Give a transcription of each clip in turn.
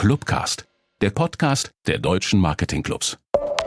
Clubcast, der Podcast der deutschen Marketingclubs.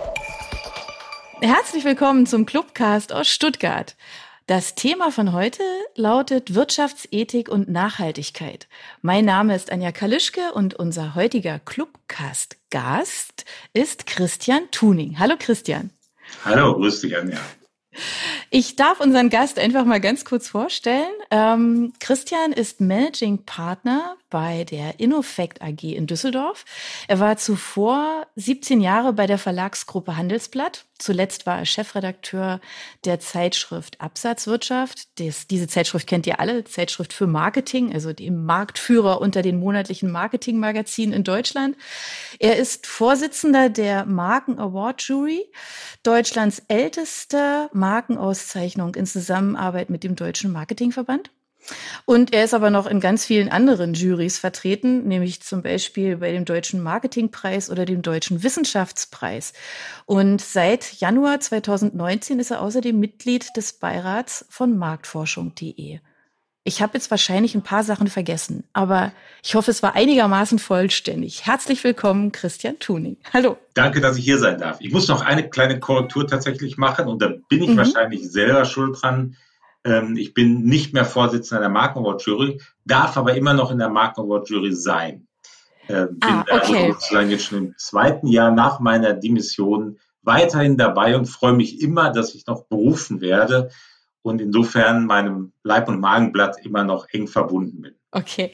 Herzlich willkommen zum Clubcast aus Stuttgart. Das Thema von heute lautet Wirtschaftsethik und Nachhaltigkeit. Mein Name ist Anja Kalischke und unser heutiger Clubcast-Gast ist Christian Thuning. Hallo Christian. Hallo, grüß dich Anja. Ich darf unseren Gast einfach mal ganz kurz vorstellen. Christian ist Managing Partner bei der Innofact AG in Düsseldorf. Er war zuvor 17 Jahre bei der Verlagsgruppe Handelsblatt. Zuletzt war er Chefredakteur der Zeitschrift Absatzwirtschaft. Diese Zeitschrift kennt ihr alle, Zeitschrift für Marketing, also dem Marktführer unter den monatlichen Marketingmagazinen in Deutschland. Er ist Vorsitzender der Marken Award Jury, Deutschlands älteste Markenauszeichnung in Zusammenarbeit mit dem Deutschen Marketingverband. Und er ist aber noch in ganz vielen anderen Jurys vertreten, nämlich zum Beispiel bei dem Deutschen Marketingpreis oder dem Deutschen Wissenschaftspreis. Und seit Januar 2019 ist er außerdem Mitglied des Beirats von Marktforschung.de. Ich habe jetzt wahrscheinlich ein paar Sachen vergessen, aber ich hoffe, es war einigermaßen vollständig. Herzlich willkommen, Christian Thuning. Hallo. Danke, dass ich hier sein darf. Ich muss noch eine kleine Korrektur tatsächlich machen und da bin ich wahrscheinlich selber schuld dran. Ich bin nicht mehr Vorsitzender der Marken Award Jury, darf aber immer noch in der Marken Award Jury sein. Bin sozusagen jetzt schon im zweiten Jahr nach meiner Demission weiterhin dabei und freue mich immer, dass ich noch berufen werde und insofern meinem Leib- und Magenblatt immer noch eng verbunden bin. Okay.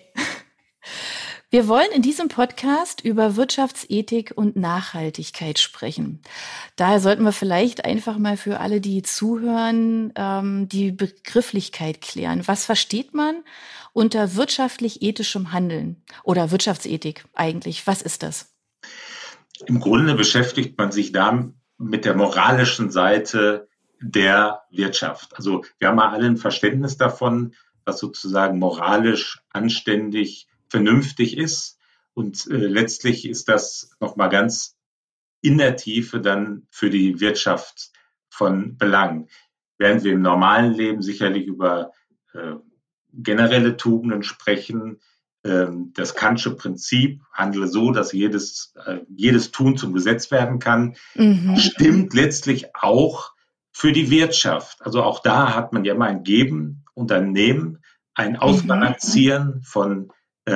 Wir wollen in diesem Podcast über Wirtschaftsethik und Nachhaltigkeit sprechen. Daher sollten wir vielleicht einfach mal für alle, die zuhören, die Begrifflichkeit klären. Was versteht man unter wirtschaftlich ethischem Handeln oder Wirtschaftsethik eigentlich? Was ist das? Im Grunde beschäftigt man sich da mit der moralischen Seite der Wirtschaft. Also wir haben ja alle ein Verständnis davon, was sozusagen moralisch anständig vernünftig ist und letztlich ist das nochmal ganz in der Tiefe dann für die Wirtschaft von Belang. Während wir im normalen Leben sicherlich über generelle Tugenden sprechen, das Kantsche Prinzip, handle so, dass jedes Tun zum Gesetz werden kann, stimmt letztlich auch für die Wirtschaft. Also auch da hat man ja immer ein Geben und ein Nehmen, ein Ausbalancieren von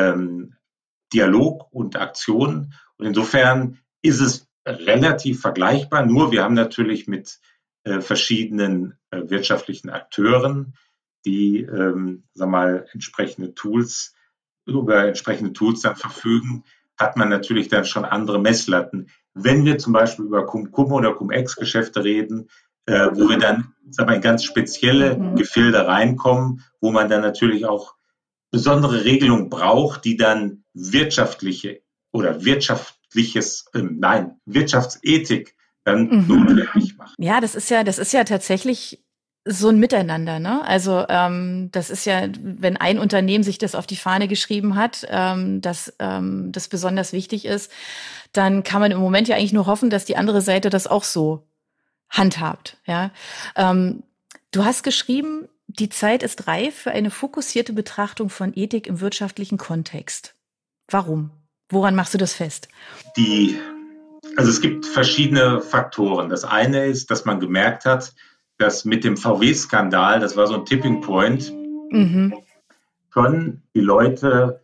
Dialog und Aktion. Und insofern ist es relativ vergleichbar. Nur wir haben natürlich mit verschiedenen wirtschaftlichen Akteuren, die entsprechende Tools dann verfügen, hat man natürlich dann schon andere Messlatten. Wenn wir zum Beispiel über Cum-Cum oder Cum-Ex-Geschäfte reden, wo wir dann in ganz spezielle Gefilde reinkommen, wo man dann natürlich auch besondere Regelungen braucht, die dann Wirtschaftsethik dann notwendig macht. Ja, das ist ja tatsächlich so ein Miteinander, ne? Also das ist ja, wenn ein Unternehmen sich das auf die Fahne geschrieben hat, dass das besonders wichtig ist, dann kann man im Moment ja eigentlich nur hoffen, dass die andere Seite das auch so handhabt. Ja, du hast geschrieben, die Zeit ist reif für eine fokussierte Betrachtung von Ethik im wirtschaftlichen Kontext. Warum? Woran machst du das fest? Also es gibt verschiedene Faktoren. Das eine ist, dass man gemerkt hat, dass mit dem VW-Skandal, das war so ein Tipping Point, schon die Leute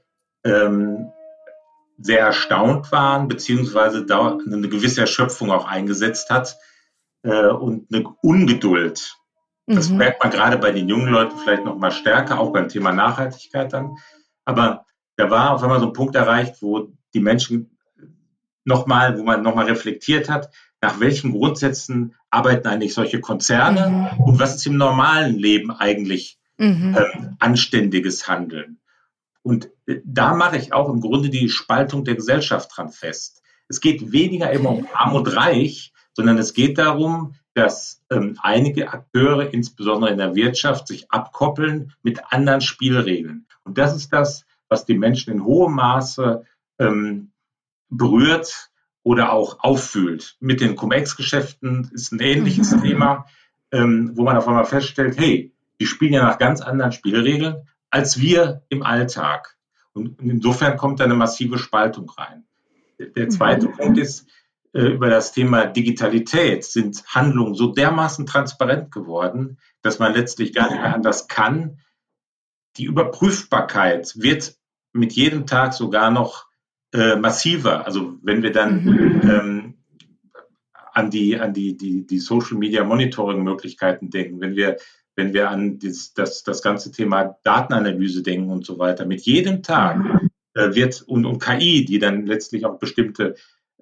sehr erstaunt waren, beziehungsweise da eine gewisse Erschöpfung auch eingesetzt hat und eine Ungeduld. Das merkt man gerade bei den jungen Leuten vielleicht noch mal stärker, auch beim Thema Nachhaltigkeit dann. Aber da war auf einmal so ein Punkt erreicht, wo die Menschen wo man nochmal reflektiert hat, nach welchen Grundsätzen arbeiten eigentlich solche Konzerne und was ist im normalen Leben eigentlich anständiges Handeln. Und da mache ich auch im Grunde die Spaltung der Gesellschaft dran fest. Es geht weniger immer um Arm und Reich, sondern es geht darum, dass einige Akteure, insbesondere in der Wirtschaft, sich abkoppeln mit anderen Spielregeln. Und das ist das, was die Menschen in hohem Maße berührt oder auch auffühlt. Mit den Cum-Ex-Geschäften ist ein ähnliches Thema, wo man auf einmal feststellt, hey, die spielen ja nach ganz anderen Spielregeln als wir im Alltag. Und insofern kommt da eine massive Spaltung rein. Der zweite Punkt ist, über das Thema Digitalität sind Handlungen so dermaßen transparent geworden, dass man letztlich gar nicht mehr anders kann. Die Überprüfbarkeit wird mit jedem Tag sogar noch massiver. Also wenn wir dann an die Social Media Monitoring Möglichkeiten denken, wenn wir an das ganze Thema Datenanalyse denken und so weiter. Mit jedem Tag wird und KI, die dann letztlich auch bestimmte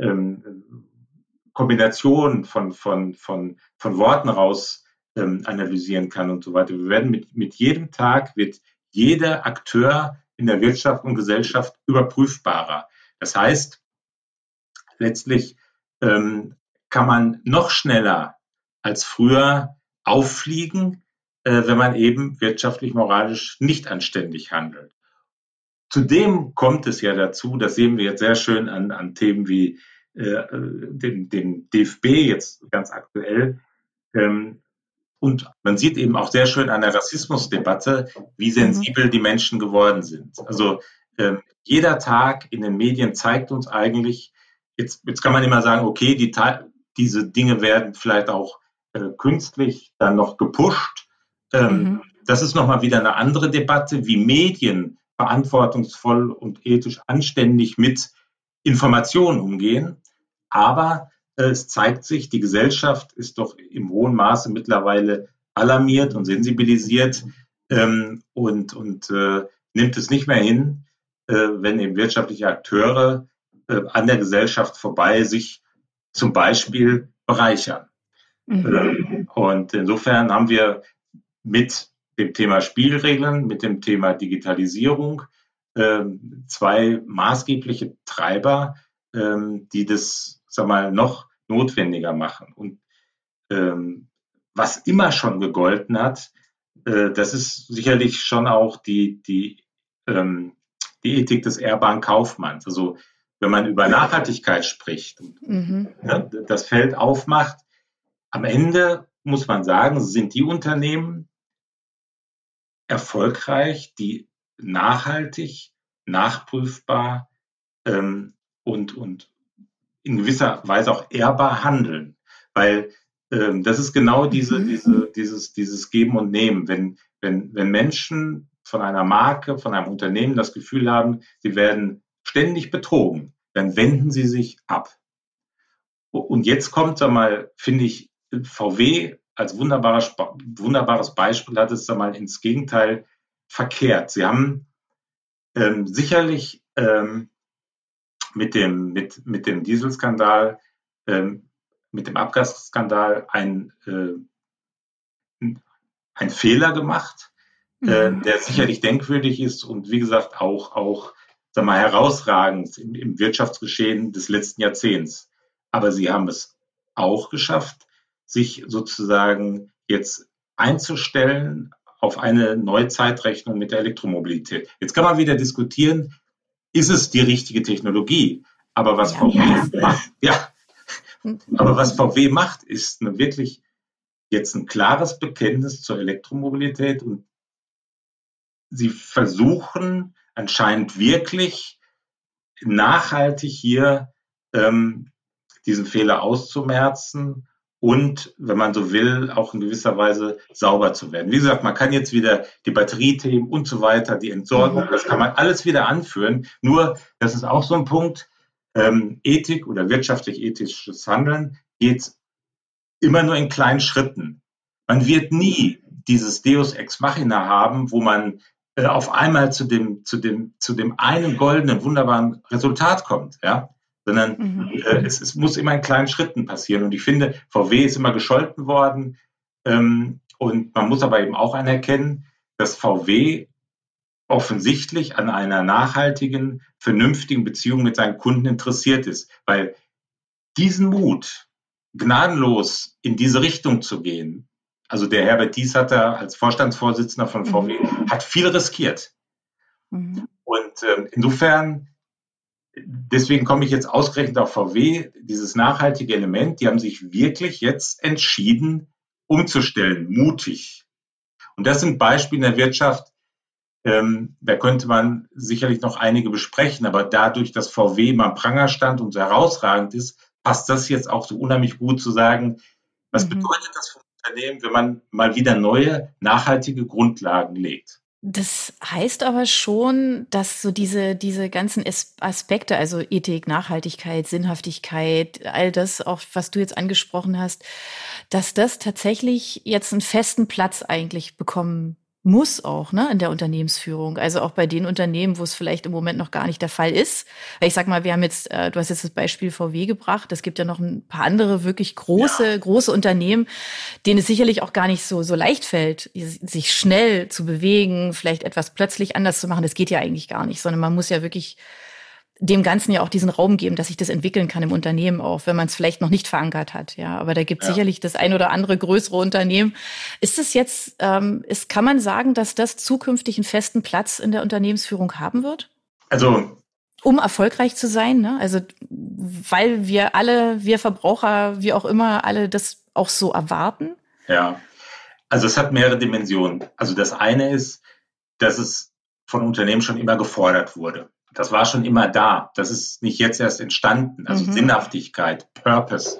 Kombinationen von Worten raus analysieren kann und so weiter. Wir werden mit jedem Tag wird jeder Akteur in der Wirtschaft und Gesellschaft überprüfbarer. Das heißt, letztlich kann man noch schneller als früher auffliegen, wenn man eben wirtschaftlich, moralisch nicht anständig handelt. Zudem kommt es ja dazu, das sehen wir jetzt sehr schön an Themen wie dem DFB jetzt ganz aktuell, und man sieht eben auch sehr schön an der Rassismusdebatte, wie sensibel die Menschen geworden sind. Also jeder Tag in den Medien zeigt uns eigentlich, jetzt kann man immer sagen, okay, diese Dinge werden vielleicht auch künstlich dann noch gepusht. Das ist nochmal wieder eine andere Debatte, wie Medien verantwortungsvoll und ethisch anständig mit Informationen umgehen. Aber es zeigt sich, die Gesellschaft ist doch im hohen Maße mittlerweile alarmiert und sensibilisiert und nimmt es nicht mehr hin, wenn eben wirtschaftliche Akteure an der Gesellschaft vorbei sich zum Beispiel bereichern. Und insofern haben wir mit dem Thema Spielregeln, mit dem Thema Digitalisierung zwei maßgebliche Treiber, die das, sag mal, noch notwendiger machen. Und was immer schon gegolten hat, das ist sicherlich schon auch die Ethik des ehrbaren Kaufmanns. Also wenn man über Nachhaltigkeit spricht und das Feld aufmacht, am Ende muss man sagen, sind die Unternehmen erfolgreich, die nachhaltig, nachprüfbar und in gewisser Weise auch ehrbar handeln. Weil das ist genau dieses Geben und Nehmen. Wenn Menschen von einer Marke, von einem Unternehmen das Gefühl haben, sie werden ständig betrogen, dann wenden sie sich ab. Und jetzt kommt, sag mal, finde ich, VW als wunderbares Beispiel hat es, sag mal, ins Gegenteil verkehrt. Sie haben sicherlich mit dem Dieselskandal, mit dem Abgasskandal einen Fehler gemacht, der sicherlich denkwürdig ist und wie gesagt auch sag mal, herausragend im Wirtschaftsgeschehen des letzten Jahrzehnts. Aber sie haben es auch geschafft, sich sozusagen jetzt einzustellen auf eine Neuzeitrechnung mit der Elektromobilität. Jetzt kann man wieder diskutieren, ist es die richtige Technologie? Aber was VW macht, ist wirklich jetzt ein klares Bekenntnis zur Elektromobilität und sie versuchen anscheinend wirklich nachhaltig hier diesen Fehler auszumerzen und, wenn man so will, auch in gewisser Weise sauber zu werden. Wie gesagt, man kann jetzt wieder die Batteriethemen und so weiter, die Entsorgung, das kann man alles wieder anführen. Nur, das ist auch so ein Punkt, Ethik oder wirtschaftlich-ethisches Handeln geht immer nur in kleinen Schritten. Man wird nie dieses Deus Ex Machina haben, wo man auf einmal zu dem einen goldenen, wunderbaren Resultat kommt, ja, sondern es muss immer in kleinen Schritten passieren. Und ich finde, VW ist immer gescholten worden und man muss aber eben auch anerkennen, dass VW offensichtlich an einer nachhaltigen, vernünftigen Beziehung mit seinen Kunden interessiert ist, weil diesen Mut, gnadenlos in diese Richtung zu gehen, also der Herbert Diess hat da als Vorstandsvorsitzender von VW, hat viel riskiert. Und insofern, deswegen komme ich jetzt ausgerechnet auf VW, dieses nachhaltige Element, die haben sich wirklich jetzt entschieden, umzustellen, mutig. Und das sind Beispiele in der Wirtschaft, Da könnte man sicherlich noch einige besprechen, aber dadurch, dass VW immer am Pranger stand und so herausragend ist, passt das jetzt auch so unheimlich gut zu sagen, was bedeutet das für ein Unternehmen, wenn man mal wieder neue, nachhaltige Grundlagen legt? Das heißt aber schon, dass so diese ganzen Aspekte, also Ethik, Nachhaltigkeit, Sinnhaftigkeit, all das, auch was du jetzt angesprochen hast, dass das tatsächlich jetzt einen festen Platz eigentlich bekommen muss auch, ne, in der Unternehmensführung. Also auch bei den Unternehmen, wo es vielleicht im Moment noch gar nicht der Fall ist. Weil ich sag mal, wir haben jetzt, du hast jetzt das Beispiel VW gebracht. Es gibt ja noch ein paar andere wirklich große Unternehmen, denen es sicherlich auch gar nicht so leicht fällt, sich schnell zu bewegen, vielleicht etwas plötzlich anders zu machen. Das geht ja eigentlich gar nicht, sondern man muss ja wirklich dem Ganzen ja auch diesen Raum geben, dass sich das entwickeln kann im Unternehmen auch, wenn man es vielleicht noch nicht verankert hat. Ja, aber da gibt es sicherlich das ein oder andere größere Unternehmen. Ist es jetzt, kann man sagen, dass das zukünftig einen festen Platz in der Unternehmensführung haben wird? Also, um erfolgreich zu sein, ne? Also, weil wir Verbraucher, wie auch immer, alle das auch so erwarten? ja, also es hat mehrere Dimensionen. Also das eine ist, dass es von Unternehmen schon immer gefordert wurde. Das war schon immer da. Das ist nicht jetzt erst entstanden. Also Sinnhaftigkeit, Purpose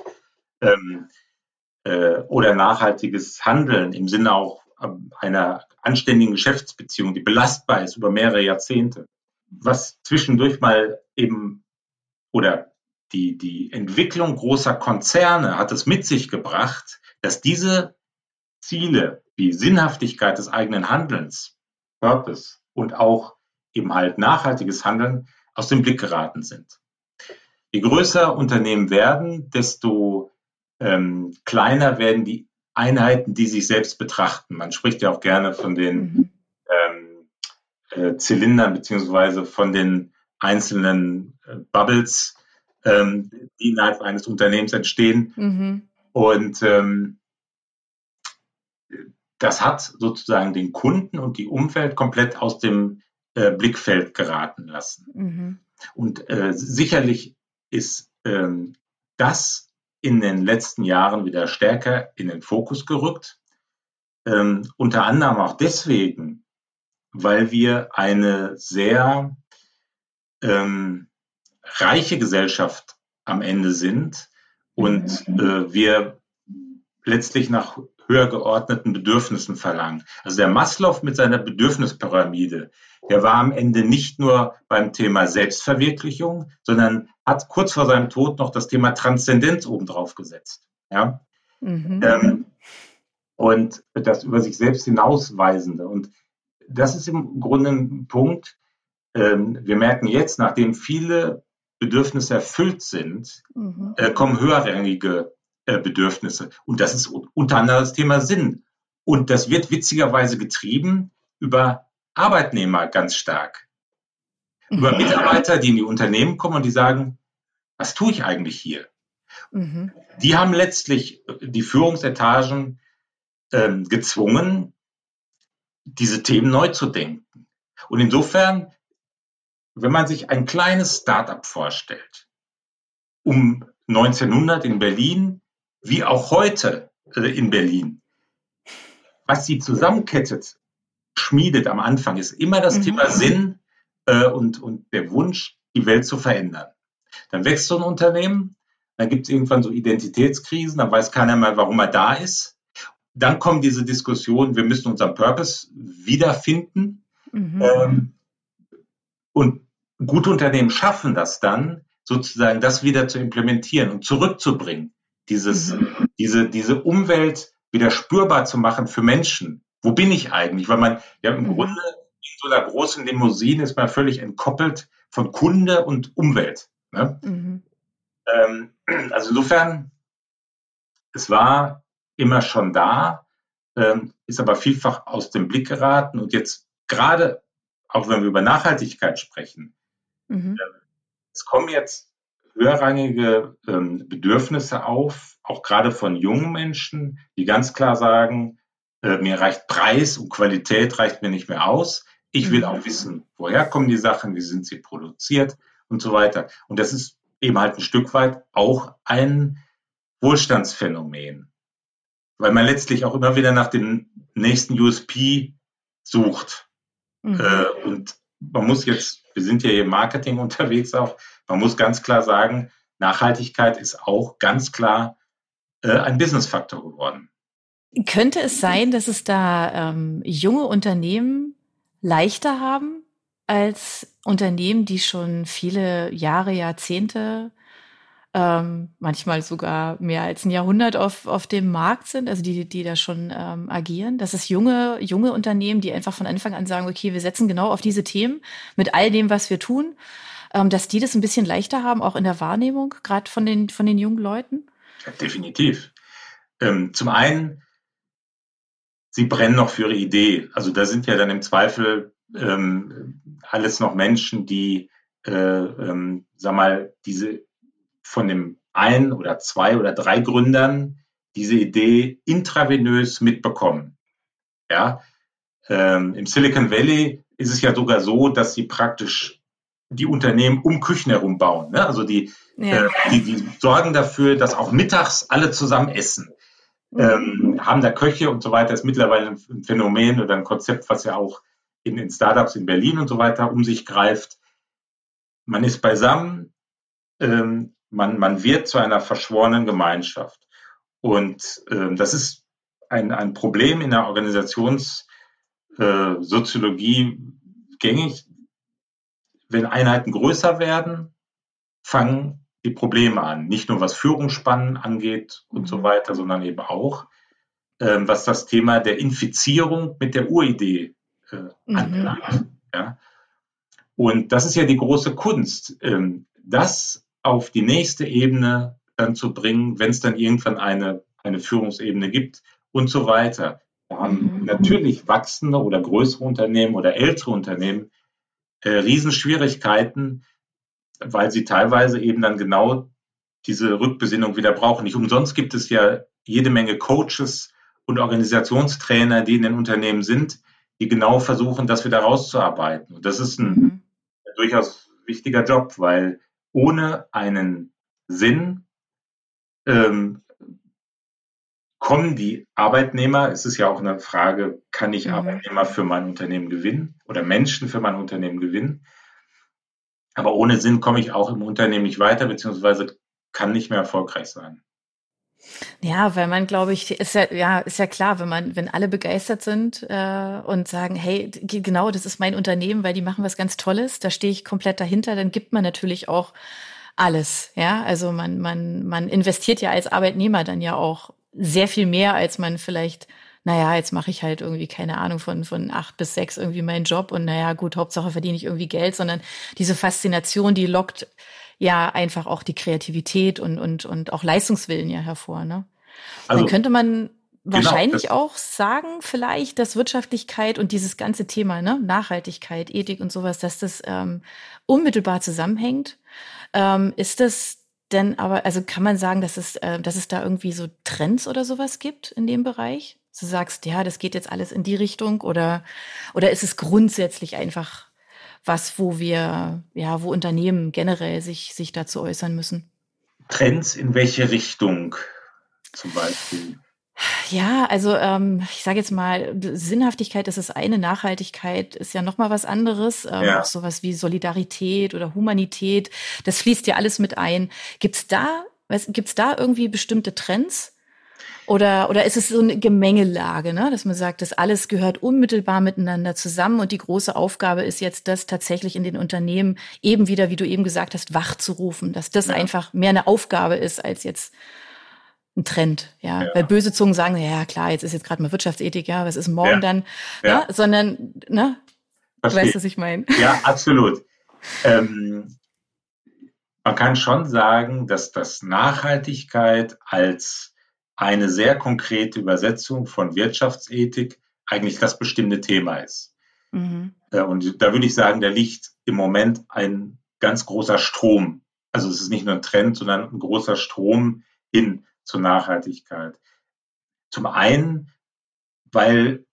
oder nachhaltiges Handeln im Sinne auch einer anständigen Geschäftsbeziehung, die belastbar ist über mehrere Jahrzehnte. Was zwischendurch mal eben oder die Entwicklung großer Konzerne hat es mit sich gebracht, dass diese Ziele wie Sinnhaftigkeit des eigenen Handelns, Purpose und auch eben halt nachhaltiges Handeln aus dem Blick geraten sind. Je größer Unternehmen werden, desto kleiner werden die Einheiten, die sich selbst betrachten. Man spricht ja auch gerne von den Zylindern beziehungsweise von den einzelnen Bubbles, die innerhalb eines Unternehmens entstehen. Und das hat sozusagen den Kunden und die Umwelt komplett aus dem Blickfeld geraten lassen. Und sicherlich ist das in den letzten Jahren wieder stärker in den Fokus gerückt. Unter anderem auch deswegen, weil wir eine sehr reiche Gesellschaft am Ende sind und wir letztlich nach höher geordneten Bedürfnissen verlangen. Also der Maslow mit seiner Bedürfnispyramide, der war am Ende nicht nur beim Thema Selbstverwirklichung, sondern hat kurz vor seinem Tod noch das Thema Transzendenz obendrauf gesetzt. Ja? Und das über sich selbst hinausweisende. Und das ist im Grunde ein Punkt, wir merken jetzt, nachdem viele Bedürfnisse erfüllt sind, kommen höherrangige Bedürfnisse. Und das ist unter anderem das Thema Sinn. Und das wird witzigerweise getrieben über Arbeitnehmer ganz stark. Über Mitarbeiter, die in die Unternehmen kommen und die sagen, was tue ich eigentlich hier? Die haben letztlich die Führungsetagen gezwungen, diese Themen neu zu denken. Und insofern, wenn man sich ein kleines Start-up vorstellt, um 1900 in Berlin, wie auch heute in Berlin, was sie zusammenkettet, schmiedet am Anfang, ist immer das Thema Sinn und der Wunsch, die Welt zu verändern. Dann wächst so ein Unternehmen, dann gibt es irgendwann so Identitätskrisen, dann weiß keiner mehr, warum er da ist. Dann kommen diese Diskussionen, wir müssen unseren Purpose wiederfinden. Und gute Unternehmen schaffen das dann, sozusagen das wieder zu implementieren und zurückzubringen. Diese Umwelt wieder spürbar zu machen für Menschen. Wo bin ich eigentlich? Weil man ja im Grunde in so einer großen Limousine ist man völlig entkoppelt von Kunde und Umwelt. Ne? Also insofern, es war immer schon da, ist aber vielfach aus dem Blick geraten und jetzt gerade, auch wenn wir über Nachhaltigkeit sprechen, es kommen jetzt höherrangige Bedürfnisse auf, auch gerade von jungen Menschen, die ganz klar sagen, mir reicht Preis und Qualität reicht mir nicht mehr aus. Ich will auch wissen, woher kommen die Sachen, wie sind sie produziert und so weiter. Und das ist eben halt ein Stück weit auch ein Wohlstandsphänomen, weil man letztlich auch immer wieder nach dem nächsten USP sucht. Und man muss jetzt, wir sind ja hier im Marketing unterwegs auch, man muss ganz klar sagen, Nachhaltigkeit ist auch ganz klar ein Business-Faktor geworden. Könnte es sein, dass es da junge Unternehmen leichter haben als Unternehmen, die schon viele Jahre, Jahrzehnte, manchmal sogar mehr als ein Jahrhundert auf dem Markt sind, also die da schon agieren? Dass es junge Unternehmen, die einfach von Anfang an sagen, okay, wir setzen genau auf diese Themen mit all dem, was wir tun, dass die das ein bisschen leichter haben, auch in der Wahrnehmung, gerade von den jungen Leuten? Ja, definitiv. Zum einen, sie brennen noch für ihre Idee. Also da sind ja dann im Zweifel alles noch Menschen, die, sag mal, diese von dem ein oder zwei oder drei Gründern diese Idee intravenös mitbekommen. Ja, im Silicon Valley ist es ja sogar so, dass sie praktisch die Unternehmen um Küchen herum bauen. Ne? Also die sorgen dafür, dass auch mittags alle zusammen essen. Haben da Köche und so weiter, ist mittlerweile ein Phänomen oder ein Konzept, was ja auch in Startups in Berlin und so weiter um sich greift. Man ist beisammen, man wird zu einer verschworenen Gemeinschaft. Und das ist ein Problem in der Organisationssoziologie gängig. Wenn Einheiten größer werden, fangen die Probleme an. Nicht nur was Führungsspannen angeht und so weiter, sondern eben auch, was das Thema der Infizierung mit der Uridee anbelangt. Ja? Und das ist ja die große Kunst, das auf die nächste Ebene dann zu bringen, wenn es dann irgendwann eine Führungsebene gibt und so weiter. Da haben natürlich wachsende oder größere Unternehmen oder ältere Unternehmen Riesenschwierigkeiten, weil sie teilweise eben dann genau diese Rückbesinnung wieder brauchen. Nicht umsonst gibt es ja jede Menge Coaches und Organisationstrainer, die in den Unternehmen sind, die genau versuchen, das wieder rauszuarbeiten. Und das ist ein durchaus wichtiger Job, weil ohne einen Sinn kommen die Arbeitnehmer, es ist ja auch eine Frage, kann ich Arbeitnehmer für mein Unternehmen gewinnen oder Menschen für mein Unternehmen gewinnen? Aber ohne Sinn komme ich auch im Unternehmen nicht weiter, beziehungsweise kann nicht mehr erfolgreich sein. Ja, weil man, glaube ich, ist ja klar, wenn alle begeistert sind und sagen, hey, genau, das ist mein Unternehmen, weil die machen was ganz Tolles, da stehe ich komplett dahinter, dann gibt man natürlich auch alles, ja. Also man investiert ja als Arbeitnehmer dann ja auch sehr viel mehr, als man vielleicht, naja, jetzt mache ich halt irgendwie, keine Ahnung, von 8 bis 6 irgendwie meinen Job und naja, gut, Hauptsache verdiene ich irgendwie Geld, sondern diese Faszination, die lockt ja einfach auch die Kreativität und auch Leistungswillen ja hervor, ne? Also, dann könnte man wahrscheinlich auch sagen, vielleicht, dass Wirtschaftlichkeit und dieses ganze Thema, ne, Nachhaltigkeit, Ethik und sowas, dass das unmittelbar zusammenhängt. Ist das denn aber, also kann man sagen, dass es da irgendwie so Trends oder sowas gibt in dem Bereich? Du sagst, ja, das geht jetzt alles in die Richtung oder ist es grundsätzlich einfach was, wo Unternehmen generell sich dazu äußern müssen? Trends in welche Richtung zum Beispiel? Ja, also ich sage jetzt mal, Sinnhaftigkeit ist das eine, Nachhaltigkeit ist ja noch mal was anderes, auch sowas wie Solidarität oder Humanität, das fließt ja alles mit ein. Gibt's da irgendwie bestimmte Trends? Oder ist es so eine Gemengelage, ne? Dass man sagt, das alles gehört unmittelbar miteinander zusammen und die große Aufgabe ist jetzt, das tatsächlich in den Unternehmen eben wieder, wie du eben gesagt hast, wach zu rufen, dass das einfach mehr eine Aufgabe ist als jetzt ein Trend, ja. Weil böse Zungen sagen, ja klar, jetzt ist jetzt gerade mal Wirtschaftsethik, ja, was ist morgen dann, ne? Sondern, ne? Du weißt, was ich meine. Ja, absolut. Man kann schon sagen, dass das Nachhaltigkeit als eine sehr konkrete Übersetzung von Wirtschaftsethik eigentlich das bestimmte Thema ist. Und da würde ich sagen, da liegt im Moment ein ganz großer Strom. Also es ist nicht nur ein Trend, sondern ein großer Strom hin zur Nachhaltigkeit. Zum einen, weil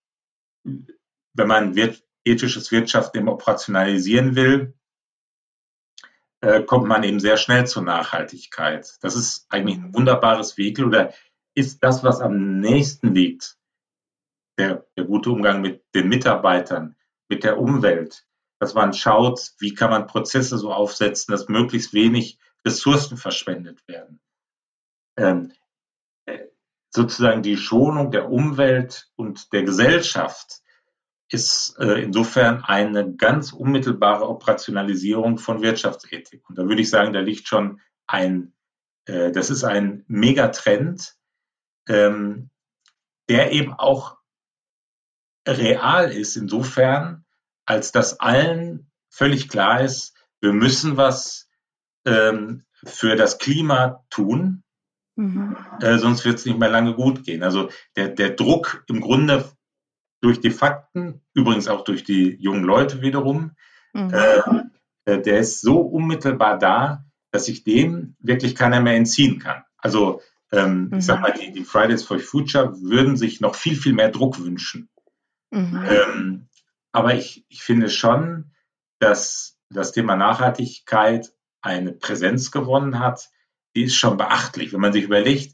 wenn man ethisches Wirtschaften eben operationalisieren will, kommt man eben sehr schnell zur Nachhaltigkeit. Das ist eigentlich ein wunderbares Vehikel oder ist das, was am nächsten liegt, der gute Umgang mit den Mitarbeitern, mit der Umwelt, dass man schaut, wie kann man Prozesse so aufsetzen, dass möglichst wenig Ressourcen verschwendet werden. Ähm, sozusagen die Schonung der Umwelt und der Gesellschaft ist insofern eine ganz unmittelbare Operationalisierung von Wirtschaftsethik. Und da würde ich sagen, da liegt schon das ist ein Megatrend, der eben auch real ist, insofern, als dass allen völlig klar ist, wir müssen was für das Klima tun, sonst wird es nicht mehr lange gut gehen. Also der Druck im Grunde durch die Fakten, übrigens auch durch die jungen Leute wiederum, der ist so unmittelbar da, dass sich dem wirklich keiner mehr entziehen kann. Also ich sag mal, die Fridays for Future würden sich noch viel, viel mehr Druck wünschen. Aber ich finde schon, dass das Thema Nachhaltigkeit eine Präsenz gewonnen hat, die ist schon beachtlich. Wenn man sich überlegt,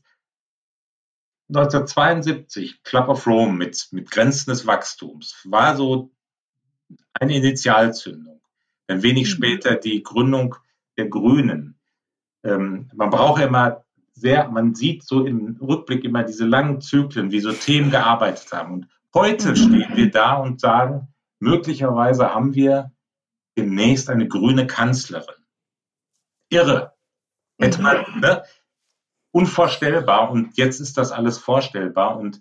1972, Club of Rome mit Grenzen des Wachstums, war so eine Initialzündung. Dann wenig später die Gründung der Grünen. Man braucht immer man sieht so im Rückblick immer diese langen Zyklen, wie so Themen gearbeitet haben. Und heute stehen wir da und sagen, möglicherweise haben wir demnächst eine grüne Kanzlerin. Irre. Hätte man, ne? Unvorstellbar, und jetzt ist das alles vorstellbar, und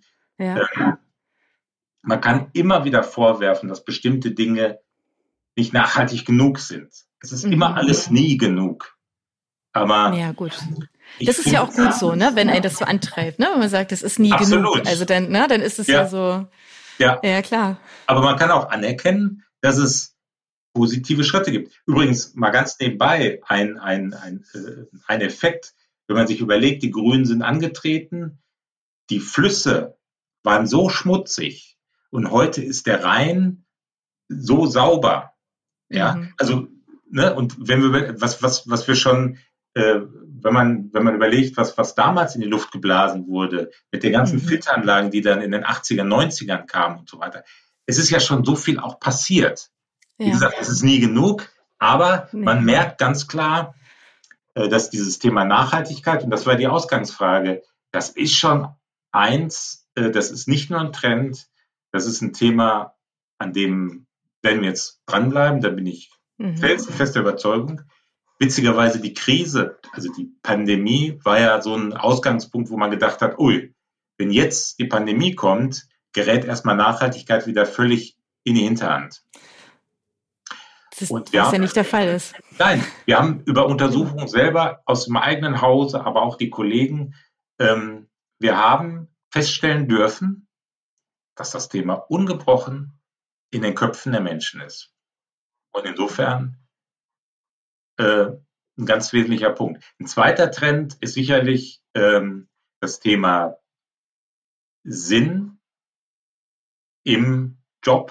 man kann immer wieder vorwerfen, dass bestimmte Dinge nicht nachhaltig genug sind. Es ist immer alles nie genug. Aber ja, gut. Das ist ja auch gut so, ne, wenn einen das so antreibt, ne, wenn man sagt, das ist nie genug. Also dann ist es ja so. Ja, klar. Aber man kann auch anerkennen, dass es positive Schritte gibt. Übrigens mal ganz nebenbei ein Effekt, wenn man sich überlegt, die Grünen sind angetreten, die Flüsse waren so schmutzig und heute ist der Rhein so sauber. Ja, also, ne, und wenn wir, was wir schon, wenn man überlegt, was damals in die Luft geblasen wurde, mit den ganzen Filteranlagen, die dann in den 80ern, 90ern kamen und so weiter. Es ist ja schon so viel auch passiert. Wie gesagt, es ist nie genug, aber man merkt ganz klar, dass dieses Thema Nachhaltigkeit, und das war die Ausgangsfrage, das ist schon das ist nicht nur ein Trend, das ist ein Thema, an dem werden wir jetzt dranbleiben, da bin ich felsenfester Überzeugung. Witzigerweise die Krise, also die Pandemie, war ja so ein Ausgangspunkt, wo man gedacht hat, ui, wenn jetzt die Pandemie kommt, gerät erstmal Nachhaltigkeit wieder völlig in die Hinterhand. Was ja nicht der Fall ist. Nein, wir haben über Untersuchungen selber aus dem eigenen Hause, aber auch die Kollegen, wir haben feststellen dürfen, dass das Thema ungebrochen in den Köpfen der Menschen ist. Und insofern ein ganz wesentlicher Punkt. Ein zweiter Trend ist sicherlich das Thema Sinn im Job.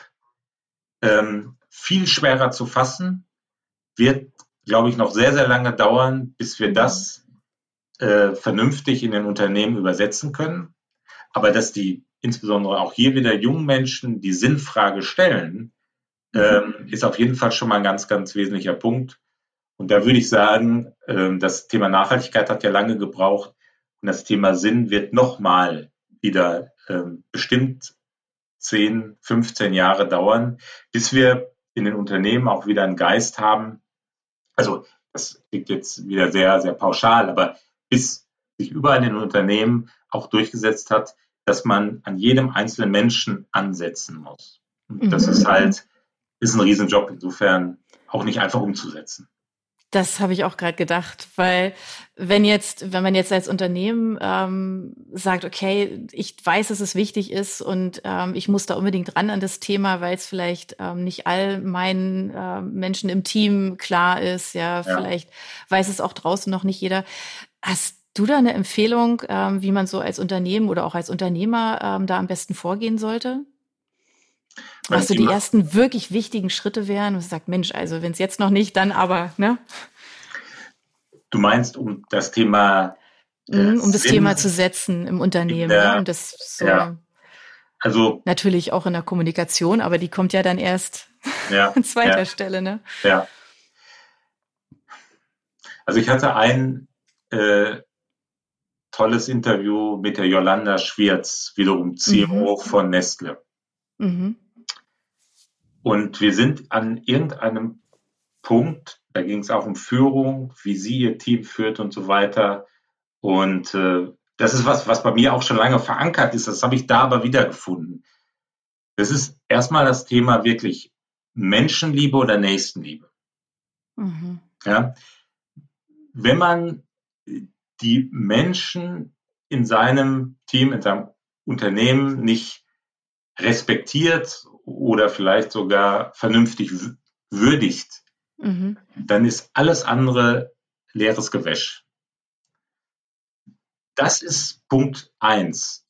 Viel schwerer zu fassen, wird, glaube ich, noch sehr, sehr lange dauern, bis wir das vernünftig in den Unternehmen übersetzen können. Aber dass die insbesondere auch hier wieder jungen Menschen die Sinnfrage stellen, ist auf jeden Fall schon mal ein ganz, ganz wesentlicher Punkt. Und da würde ich sagen, das Thema Nachhaltigkeit hat ja lange gebraucht, und das Thema Sinn wird nochmal wieder bestimmt 10, 15 Jahre dauern, bis wir in den Unternehmen auch wieder einen Geist haben. Also das klingt jetzt wieder sehr, sehr pauschal, aber bis sich überall in den Unternehmen auch durchgesetzt hat, dass man an jedem einzelnen Menschen ansetzen muss. Und das ist ein Riesenjob, insofern auch nicht einfach umzusetzen. Das habe ich auch gerade gedacht, weil wenn man jetzt als Unternehmen sagt, okay, ich weiß, dass es wichtig ist und ich muss da unbedingt ran an das Thema, weil es vielleicht nicht all meinen Menschen im Team klar ist, vielleicht weiß es auch draußen noch nicht jeder. Hast du da eine Empfehlung, wie man so als Unternehmen oder auch als Unternehmer da am besten vorgehen sollte? Was so die ersten wirklich wichtigen Schritte wären, und sagt, Mensch, also wenn es jetzt noch nicht, dann aber, ne? Du meinst, um das Thema um das Thema zu setzen im Unternehmen, um das so. Also Natürlich auch in der Kommunikation, aber die kommt ja dann erst ja, an zweiter ja, Stelle, ne? ja. Also ich hatte ein tolles Interview mit der Yolanda Schwierz, wiederum Mhm. CMO von Nestle. Mhm. Und wir sind an irgendeinem Punkt, da ging es auch um Führung, wie sie ihr Team führt und so weiter. Und das ist was bei mir auch schon lange verankert ist. Das habe ich da aber wiedergefunden. Das ist erstmal das Thema wirklich Menschenliebe oder Nächstenliebe. Mhm. Ja? Wenn man die Menschen in seinem Team, in seinem Unternehmen nicht respektiert oder vielleicht sogar vernünftig würdigt, Mhm. dann ist alles andere leeres Gewäsch. Das ist Punkt 1.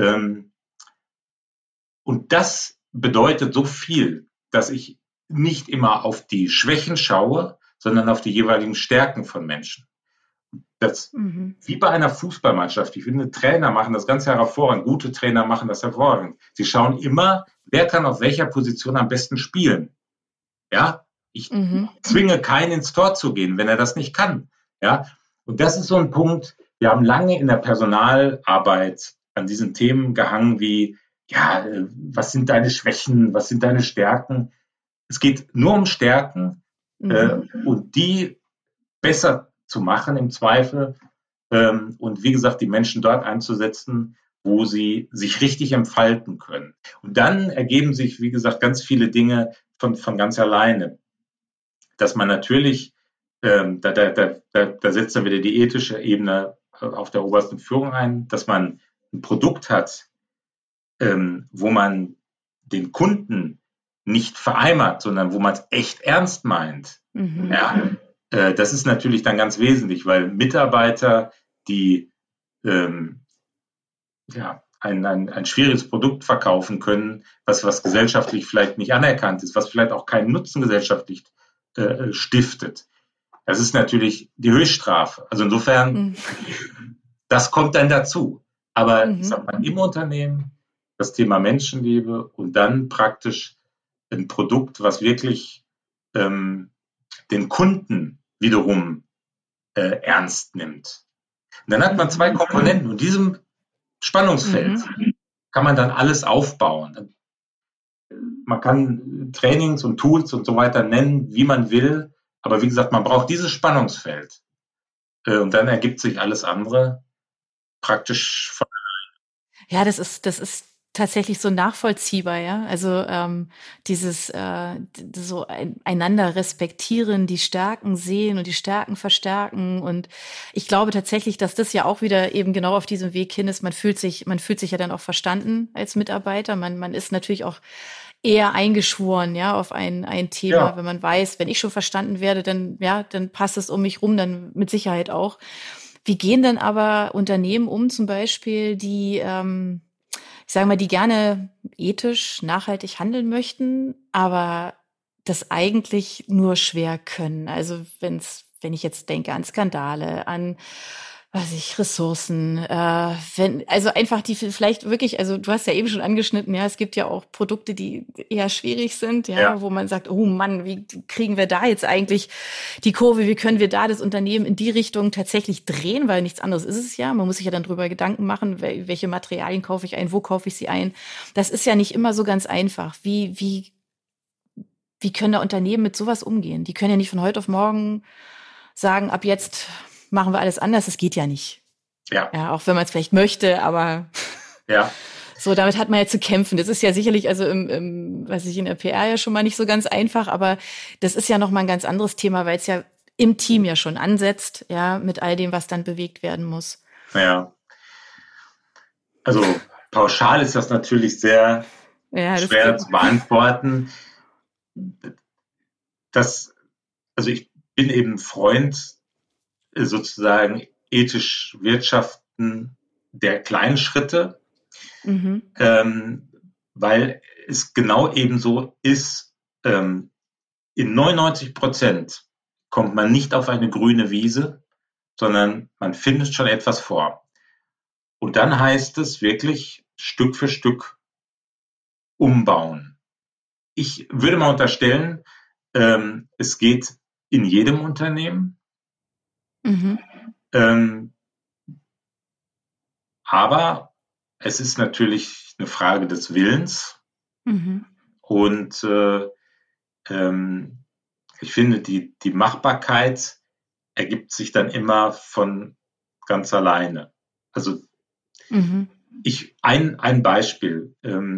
Und das bedeutet so viel, dass ich nicht immer auf die Schwächen schaue, sondern auf die jeweiligen Stärken von Menschen. Das, Mhm. wie bei einer Fußballmannschaft. Ich finde, Trainer machen das ganz hervorragend. Gute Trainer machen das hervorragend. Sie schauen immer, wer kann auf welcher Position am besten spielen. Ja, ich Mhm. zwinge keinen ins Tor zu gehen, wenn er das nicht kann. Ja, und das ist so ein Punkt. Wir haben lange in der Personalarbeit an diesen Themen gehangen wie, ja, was sind deine Schwächen, was sind deine Stärken? Es geht nur um Stärken Mhm. und die besser zu machen im Zweifel und wie gesagt, die Menschen dort einzusetzen, wo sie sich richtig entfalten können. Und dann ergeben sich, wie gesagt, ganz viele Dinge von ganz alleine. Dass man natürlich, da setzt dann wieder die ethische Ebene auf der obersten Führung ein, dass man ein Produkt hat, wo man den Kunden nicht vereimert, sondern wo man es echt ernst meint. Mhm. Ja, das ist natürlich dann ganz wesentlich, weil Mitarbeiter, die ja, ein schwieriges Produkt verkaufen können, was gesellschaftlich vielleicht nicht anerkannt ist, was vielleicht auch keinen Nutzen gesellschaftlich stiftet. Das ist natürlich die Höchststrafe. Also insofern, Mhm. das kommt dann dazu. Aber ich Mhm. sag mal, im Unternehmen das Thema Menschenliebe und dann praktisch ein Produkt, was wirklich den Kunden wiederum ernst nimmt. Und dann hat man zwei Mhm. Komponenten und diesem Spannungsfeld Mhm. kann man dann alles aufbauen. Man kann Trainings und Tools und so weiter nennen, wie man will, aber wie gesagt, man braucht dieses Spannungsfeld. Und dann ergibt sich alles andere praktisch von. Ja, das ist tatsächlich so nachvollziehbar, ja. Also dieses so einander respektieren, die Stärken sehen und die Stärken verstärken. Und ich glaube tatsächlich, dass das ja auch wieder eben genau auf diesem Weg hin ist. Man fühlt sich ja dann auch verstanden als Mitarbeiter. Man ist natürlich auch eher eingeschworen, ja, auf ein Thema, Ja, wenn man weiß, wenn ich schon verstanden werde, dann, ja, dann passt es um mich rum, dann mit Sicherheit auch. Wie gehen denn aber Unternehmen um, zum Beispiel, die, ich sage mal, die gerne ethisch, nachhaltig handeln möchten, aber das eigentlich nur schwer können? Also wenn ich jetzt denke an Skandale, an weiß ich, Ressourcen, also einfach die vielleicht wirklich, also du hast ja eben schon angeschnitten, ja, es gibt ja auch Produkte, die eher schwierig sind, ja, ja, wo man sagt, oh Mann, wie kriegen wir da jetzt eigentlich die Kurve, wie können wir da das Unternehmen in die Richtung tatsächlich drehen, weil nichts anderes ist es ja. Man muss sich ja dann drüber Gedanken machen, welche Materialien kaufe ich ein, wo kaufe ich sie ein. Das ist ja nicht immer so ganz einfach. Wie können da Unternehmen mit sowas umgehen? Die können ja nicht von heute auf morgen sagen, ab jetzt machen wir alles anders. Das geht ja nicht. ja, Ja, auch wenn man es vielleicht möchte, aber ja, so, damit hat man ja zu kämpfen. Das ist ja sicherlich, also weiß ich, in der PR ja schon mal nicht so ganz einfach, aber das ist ja noch mal ein ganz anderes Thema, weil es ja im Team ja schon ansetzt, ja, mit all dem, was dann bewegt werden muss. ja. Also pauschal ist das natürlich sehr Ja, das schwer geht. zu beantworten. Das, also ich bin eben Freund sozusagen ethisch Wirtschaften der kleinen Schritte, Mhm. ähm, weil es genau eben so ist, in 99% kommt man nicht auf eine grüne Wiese, sondern man findet schon etwas vor. Und dann heißt es wirklich Stück für Stück umbauen? Ich würde mal unterstellen, es geht in jedem Unternehmen, aber es ist natürlich eine Frage des Willens und ich finde, die Machbarkeit ergibt sich dann immer von ganz alleine. Also ein Beispiel.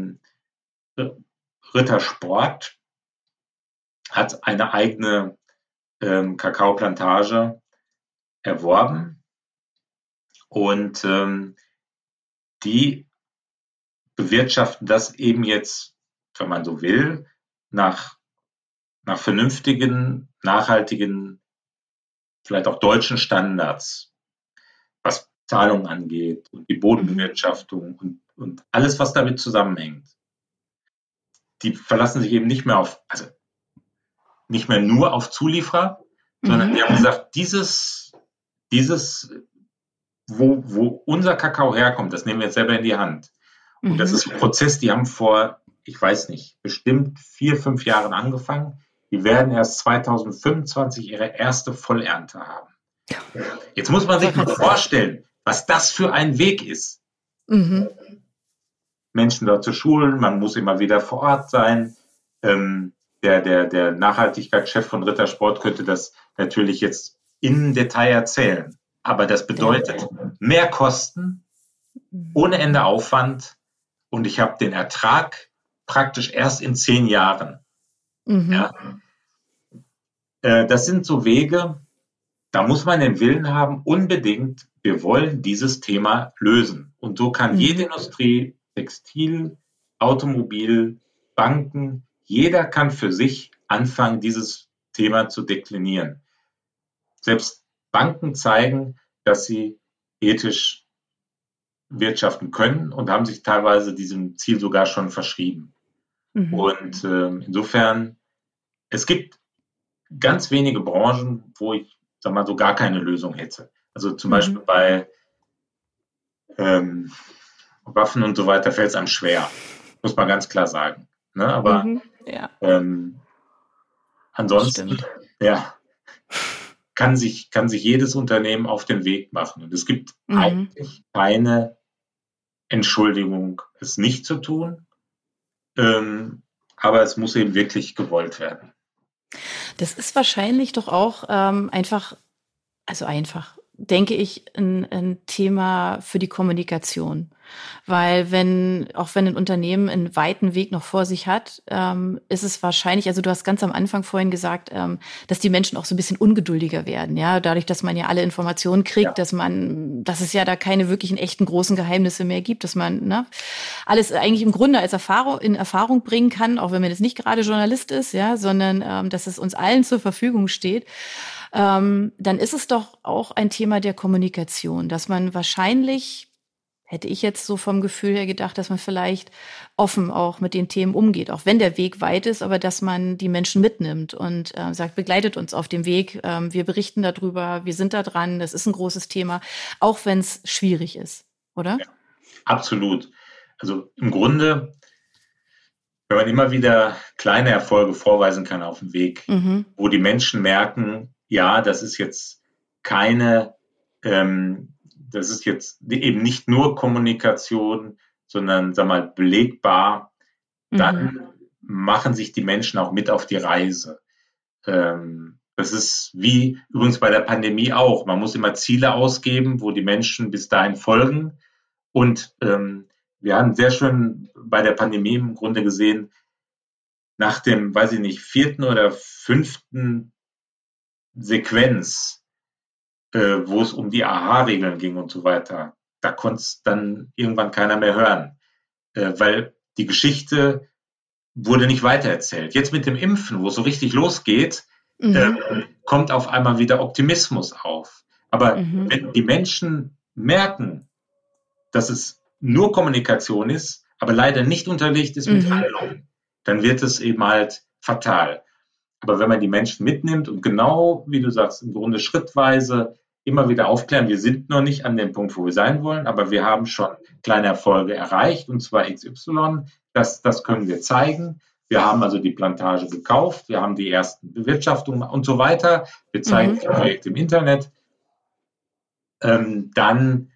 Rittersport hat eine eigene Kakaoplantage erworben und die bewirtschaften das eben jetzt, wenn man so will, nach vernünftigen, nachhaltigen, vielleicht auch deutschen Standards, was Zahlungen angeht und die Bodenbewirtschaftung und alles, was damit zusammenhängt. Die verlassen sich eben nicht mehr nur auf Zulieferer, sondern die haben gesagt, dieses, wo unser Kakao herkommt, das nehmen wir jetzt selber in die Hand. Und das ist ein Prozess, die haben vor, ich weiß nicht, bestimmt 4-5 Jahren angefangen. Die werden erst 2025 ihre erste Vollernte haben. Jetzt muss man sich mal vorstellen, was das für ein Weg ist. Menschen dort zu schulen, man muss immer wieder vor Ort sein. Der Nachhaltigkeitschef von Rittersport könnte das natürlich jetzt im Detail erzählen. Aber das bedeutet mehr Kosten, ohne Ende Aufwand und ich habe den Ertrag praktisch erst in 10 Jahren. Ja. Das sind so Wege, da muss man den Willen haben, unbedingt, wir wollen dieses Thema lösen. Und so kann jede Industrie, Textil, Automobil, Banken, jeder kann für sich anfangen, dieses Thema zu deklinieren. Selbst Banken zeigen, dass sie ethisch wirtschaften können und haben sich teilweise diesem Ziel sogar schon verschrieben. Und insofern, es gibt ganz wenige Branchen, wo ich, sag mal, so gar keine Lösung hätte. Also zum Beispiel bei Waffen und so weiter fällt es einem schwer, muss man ganz klar sagen. Ne? Aber ansonsten, kann sich jedes Unternehmen auf den Weg machen. Und es gibt eigentlich keine Entschuldigung, es nicht zu tun. Aber es muss eben wirklich gewollt werden. Das ist wahrscheinlich doch auch einfach, denke ich, ein Thema für die Kommunikation. Weil auch wenn ein Unternehmen einen weiten Weg noch vor sich hat, ist es wahrscheinlich, also du hast ganz am Anfang vorhin gesagt, dass die Menschen auch so ein bisschen ungeduldiger werden, ja, dadurch, dass man ja alle Informationen kriegt, dass es ja da keine wirklichen echten großen Geheimnisse mehr gibt, dass man alles eigentlich im Grunde als in Erfahrung bringen kann, auch wenn man jetzt nicht gerade Journalist ist, ja, sondern dass es uns allen zur Verfügung steht. Dann ist es doch auch ein Thema der Kommunikation, dass man wahrscheinlich, hätte ich jetzt so vom Gefühl her gedacht, dass man vielleicht offen auch mit den Themen umgeht, auch wenn der Weg weit ist, aber dass man die Menschen mitnimmt und sagt, begleitet uns auf dem Weg, wir berichten darüber, wir sind da dran, das ist ein großes Thema, auch wenn es schwierig ist, oder? Ja, absolut. Also im Grunde, wenn man immer wieder kleine Erfolge vorweisen kann auf dem Weg, wo die Menschen merken, ja, das ist jetzt das ist jetzt eben nicht nur Kommunikation, sondern, sag mal, belegbar, dann machen sich die Menschen auch mit auf die Reise. Das ist wie übrigens bei der Pandemie auch. Man muss immer Ziele ausgeben, wo die Menschen bis dahin folgen. Und wir haben sehr schön bei der Pandemie im Grunde gesehen, nach dem, weiß ich nicht, 4. oder 5. Sequenz, wo es um die AHA-Regeln ging und so weiter, da konnte es dann irgendwann keiner mehr hören, weil die Geschichte wurde nicht weitererzählt. Jetzt mit dem Impfen, wo es so richtig losgeht, kommt auf einmal wieder Optimismus auf. Aber wenn die Menschen merken, dass es nur Kommunikation ist, aber leider nicht unterlegt ist mit Handlung, dann wird es eben halt fatal. Aber wenn man die Menschen mitnimmt und genau, wie du sagst, im Grunde schrittweise immer wieder aufklären, wir sind noch nicht an dem Punkt, wo wir sein wollen, aber wir haben schon kleine Erfolge erreicht, und zwar XY, das können wir zeigen. Wir haben also die Plantage gekauft, wir haben die ersten Bewirtschaftungen und so weiter. Wir zeigen die Projekte im Internet. Dann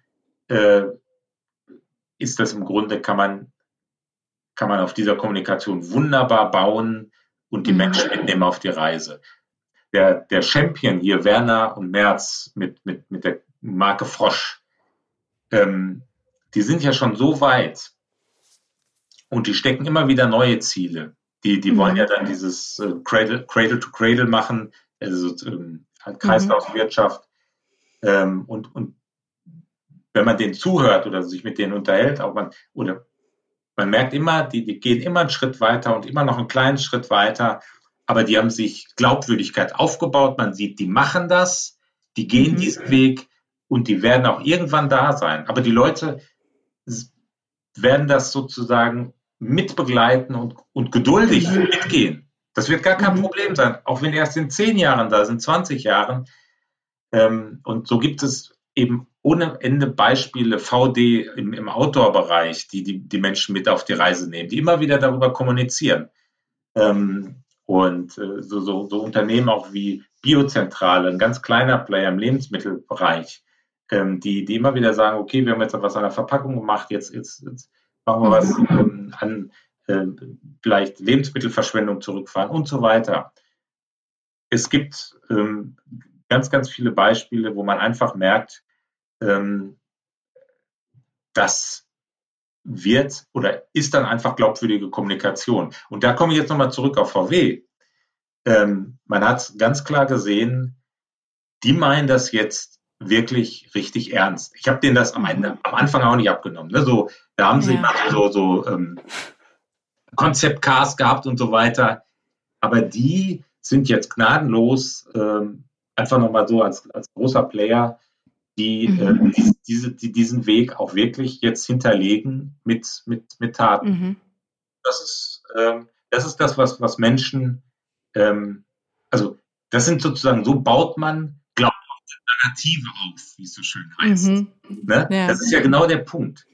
ist das im Grunde, kann man auf dieser Kommunikation wunderbar bauen und die Menschen mitnehmen auf die Reise. Der Champion hier, Werner und Merz mit der Marke Frosch, die sind ja schon so weit und die stecken immer wieder neue Ziele. Die wollen ja dann dieses Cradle to Cradle machen, also Kreislaufwirtschaft. Und wenn man denen zuhört oder sich mit denen unterhält, man merkt immer, die gehen immer einen Schritt weiter und immer noch einen kleinen Schritt weiter, aber die haben sich Glaubwürdigkeit aufgebaut. Man sieht, die machen das, die gehen diesen Weg und die werden auch irgendwann da sein. Aber die Leute werden das sozusagen mitbegleiten und geduldig mitgehen. Das wird gar kein Problem sein, auch wenn erst in 10 Jahren da sind, 20 Jahren. Und so gibt es eben ohne Ende Beispiele, VD im Outdoor-Bereich, die Menschen mit auf die Reise nehmen, die immer wieder darüber kommunizieren. Und so Unternehmen auch wie Biozentrale, ein ganz kleiner Player im Lebensmittelbereich, die immer wieder sagen, okay, wir haben jetzt was an der Verpackung gemacht, jetzt machen wir was an vielleicht Lebensmittelverschwendung zurückfahren und so weiter. Es gibt ganz, ganz viele Beispiele, wo man einfach merkt, das wird oder ist dann einfach glaubwürdige Kommunikation. Und da komme ich jetzt nochmal zurück auf VW. Man hat ganz klar gesehen, die meinen das jetzt wirklich richtig ernst. Ich habe denen das am Anfang auch nicht abgenommen. Ne? Da haben sie so Concept-Cars gehabt und so weiter. Aber die sind jetzt gnadenlos, einfach nochmal so als großer Player, die diesen Weg auch wirklich jetzt hinterlegen mit Taten. Das ist das, was Menschen, also das sind sozusagen, so baut man glaubhafte Narrative auf, wie es so schön heißt. Ne? Ja. Das ist ja genau der Punkt.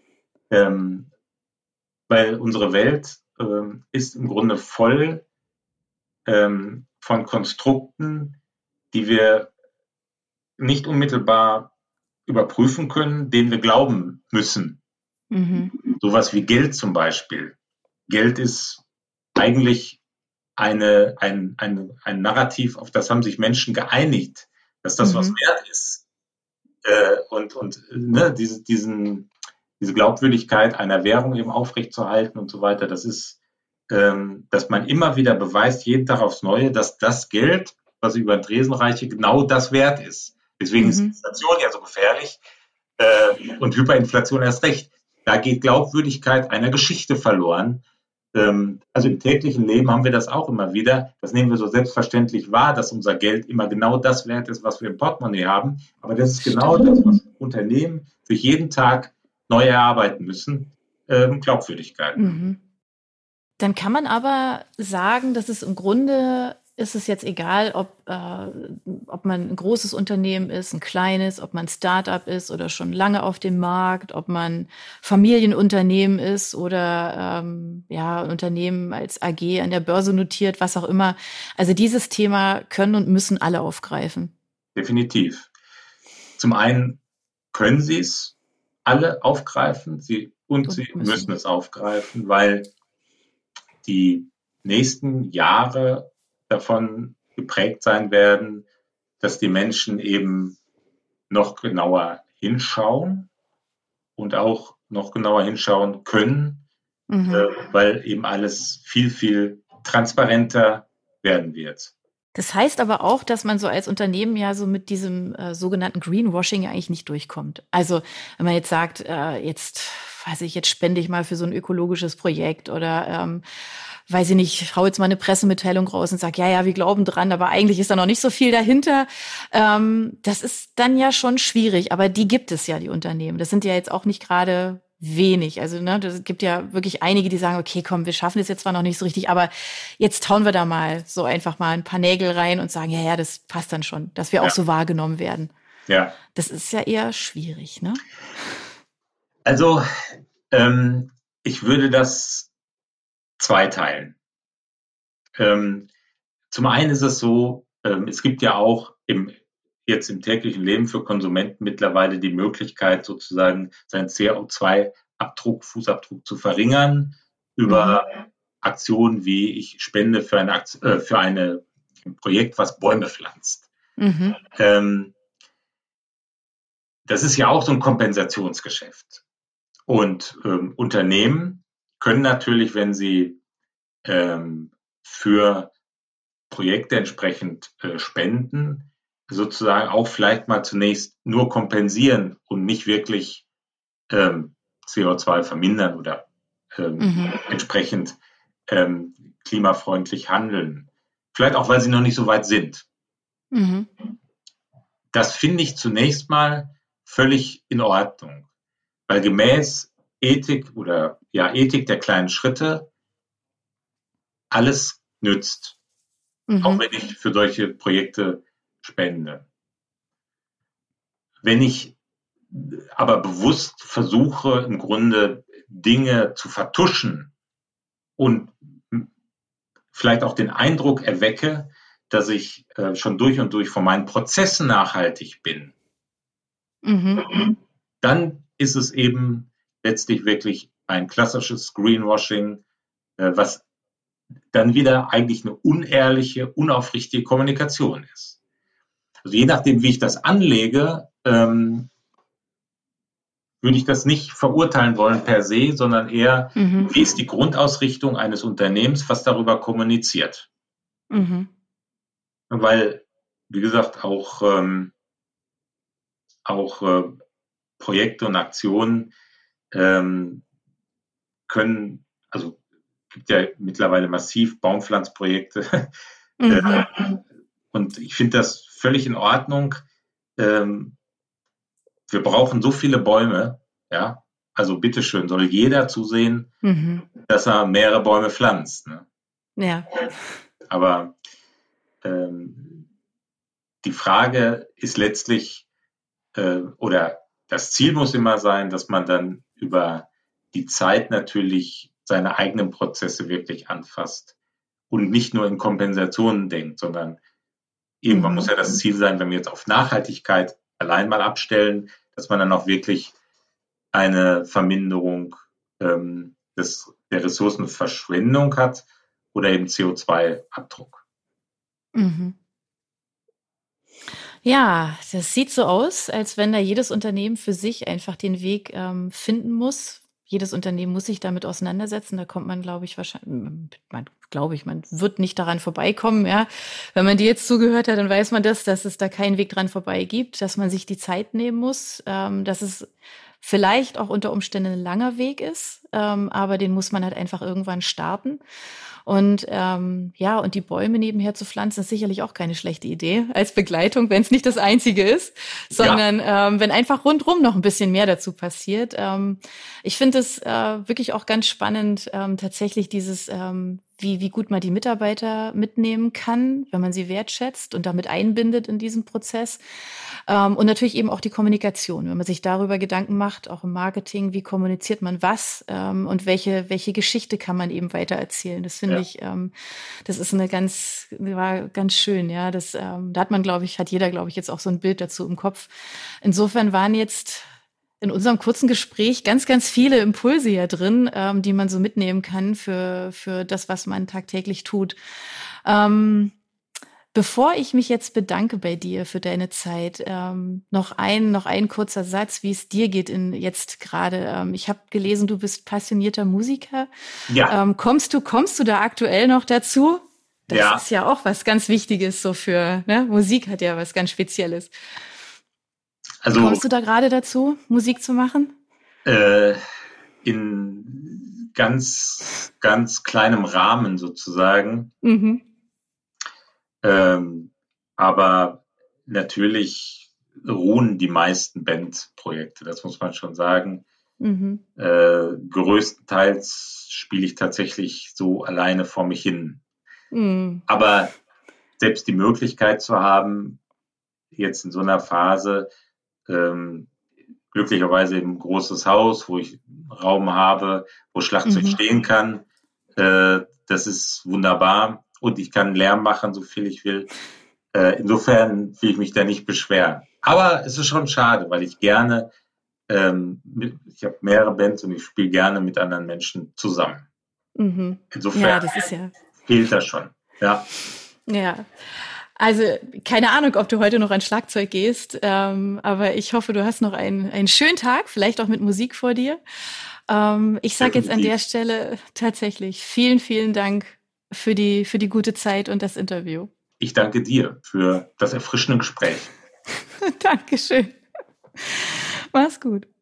Weil unsere Welt ist im Grunde voll von Konstrukten, die wir nicht unmittelbar überprüfen können, denen wir glauben müssen. Sowas wie Geld zum Beispiel. Geld ist eigentlich ein Narrativ, auf das haben sich Menschen geeinigt, dass das was wert ist. Diese Glaubwürdigkeit einer Währung eben aufrechtzuerhalten und so weiter, das ist, dass man immer wieder beweist, jeden Tag aufs Neue, dass das Geld, was über den Tresen reiche, genau das wert ist. Deswegen ist Inflation ja so gefährlich und Hyperinflation erst recht. Da geht Glaubwürdigkeit einer Geschichte verloren. Also im täglichen Leben haben wir das auch immer wieder. Das nehmen wir so selbstverständlich wahr, dass unser Geld immer genau das wert ist, was wir im Portemonnaie haben. Aber das ist genau das, was Unternehmen sich jeden Tag neu erarbeiten müssen. Glaubwürdigkeit. Dann kann man aber sagen, dass es im Grunde ist es jetzt egal, ob man ein großes Unternehmen ist, ein kleines, ob man ein Start-up ist oder schon lange auf dem Markt, ob man Familienunternehmen ist oder ein Unternehmen als AG an der Börse notiert, was auch immer. Also dieses Thema können und müssen alle aufgreifen. Definitiv. Zum einen können sie es alle aufgreifen, sie müssen es aufgreifen, weil die nächsten Jahre davon geprägt sein werden, dass die Menschen eben noch genauer hinschauen und auch noch genauer hinschauen können, weil eben alles viel, viel transparenter werden wird. Das heißt aber auch, dass man so als Unternehmen ja so mit diesem sogenannten Greenwashing ja eigentlich nicht durchkommt. Also wenn man jetzt sagt, jetzt spende ich mal für so ein ökologisches Projekt oder weiß ich nicht, ich hau jetzt mal eine Pressemitteilung raus und sage, ja, wir glauben dran, aber eigentlich ist da noch nicht so viel dahinter. Das ist dann ja schon schwierig, aber die gibt es ja, die Unternehmen. Das sind ja jetzt auch nicht gerade wenig. Also das gibt ja wirklich einige, die sagen, okay, komm, wir schaffen das jetzt zwar noch nicht so richtig, aber jetzt hauen wir da mal so einfach mal ein paar Nägel rein und sagen, ja, das passt dann schon, dass wir auch so wahrgenommen werden. Ja. Das ist ja eher schwierig, ne? Also ich würde das zweiteilen. Zum einen ist es so, es gibt ja auch jetzt im täglichen Leben für Konsumenten mittlerweile die Möglichkeit, sozusagen seinen Fußabdruck zu verringern über Aktionen wie ich spende für ein Projekt, was Bäume pflanzt. Das ist ja auch so ein Kompensationsgeschäft. Und Unternehmen können natürlich, wenn sie für Projekte entsprechend spenden, sozusagen auch vielleicht mal zunächst nur kompensieren und nicht wirklich CO2 vermindern oder entsprechend klimafreundlich handeln. Vielleicht auch, weil sie noch nicht so weit sind. Das finde ich zunächst mal völlig in Ordnung, weil gemäß Ethik der kleinen Schritte alles nützt, auch wenn ich für solche Projekte spende. Wenn ich aber bewusst versuche, im Grunde Dinge zu vertuschen und vielleicht auch den Eindruck erwecke, dass ich schon durch und durch von meinen Prozessen nachhaltig bin, dann ist es eben letztlich wirklich ein klassisches Greenwashing, was dann wieder eigentlich eine unehrliche, unaufrichtige Kommunikation ist. Also je nachdem, wie ich das anlege, würde ich das nicht verurteilen wollen per se, sondern eher, wie ist die Grundausrichtung eines Unternehmens, was darüber kommuniziert. Weil, wie gesagt, auch Projekte und Aktionen können, also gibt ja mittlerweile massiv Baumpflanzprojekte. Und ich finde das völlig in Ordnung. Wir brauchen so viele Bäume, ja. Also bitteschön, soll jeder zusehen, dass er mehrere Bäume pflanzt. Ne? Ja. Aber die Frage ist letztlich, oder das Ziel muss immer sein, dass man dann über die Zeit natürlich seine eigenen Prozesse wirklich anfasst und nicht nur in Kompensationen denkt, sondern irgendwann muss ja das Ziel sein, wenn wir jetzt auf Nachhaltigkeit allein mal abstellen, dass man dann auch wirklich eine Verminderung der Ressourcenverschwendung hat oder eben CO2-Abdruck. Ja, das sieht so aus, als wenn da jedes Unternehmen für sich einfach den Weg finden muss. Jedes Unternehmen muss sich damit auseinandersetzen. Da kommt man, glaube ich, man wird nicht daran vorbeikommen. Ja, wenn man dir jetzt zugehört hat, dann weiß man dass es da keinen Weg dran vorbei gibt, dass man sich die Zeit nehmen muss, dass es vielleicht auch unter Umständen ein langer Weg ist, aber den muss man halt einfach irgendwann starten. Und und die Bäume nebenher zu pflanzen, ist sicherlich auch keine schlechte Idee als Begleitung, wenn es nicht das Einzige ist, sondern wenn einfach rundrum noch ein bisschen mehr dazu passiert. Ich finde es wirklich auch ganz spannend, tatsächlich dieses wie gut man die Mitarbeiter mitnehmen kann, wenn man sie wertschätzt und damit einbindet in diesen Prozess. Und natürlich eben auch die Kommunikation, wenn man sich darüber Gedanken macht, auch im Marketing, wie kommuniziert man was und welche Geschichte kann man eben weitererzählen. Das finde ich, das ist war ganz schön, ja. Da hat jeder, glaube ich, jetzt auch so ein Bild dazu im Kopf. Insofern waren jetzt in unserem kurzen Gespräch ganz, ganz viele Impulse hier drin, die man so mitnehmen kann für das, was man tagtäglich tut. Bevor ich mich jetzt bedanke bei dir für deine Zeit, noch ein kurzer Satz, wie es dir geht jetzt gerade. Ich habe gelesen, du bist passionierter Musiker. Ja. Kommst du da aktuell noch dazu? Das ist ja auch was ganz Wichtiges so Musik hat ja was ganz Spezielles. Also, kommst du da gerade dazu, Musik zu machen? In ganz, ganz kleinem Rahmen sozusagen. Aber natürlich ruhen die meisten Bandprojekte, das muss man schon sagen. Größtenteils spiele ich tatsächlich so alleine vor mich hin. Aber selbst die Möglichkeit zu haben, jetzt in so einer Phase, glücklicherweise eben ein großes Haus, wo ich Raum habe, wo Schlagzeug stehen kann, Das ist wunderbar und ich kann Lärm machen, so viel ich will. Insofern will ich mich da nicht beschweren. Aber es ist schon schade, weil ich gerne, ich habe mehrere Bands und ich spiele gerne mit anderen Menschen zusammen. Mhm. Insofern Ja, das ist ja. fehlt das schon. Ja. Ja. Also keine Ahnung, ob du heute noch an Schlagzeug gehst, aber ich hoffe, du hast noch einen schönen Tag, vielleicht auch mit Musik vor dir. Ich sage jetzt an der Stelle tatsächlich vielen, vielen Dank für die gute Zeit und das Interview. Ich danke dir für das erfrischende Gespräch. Dankeschön. Mach's gut.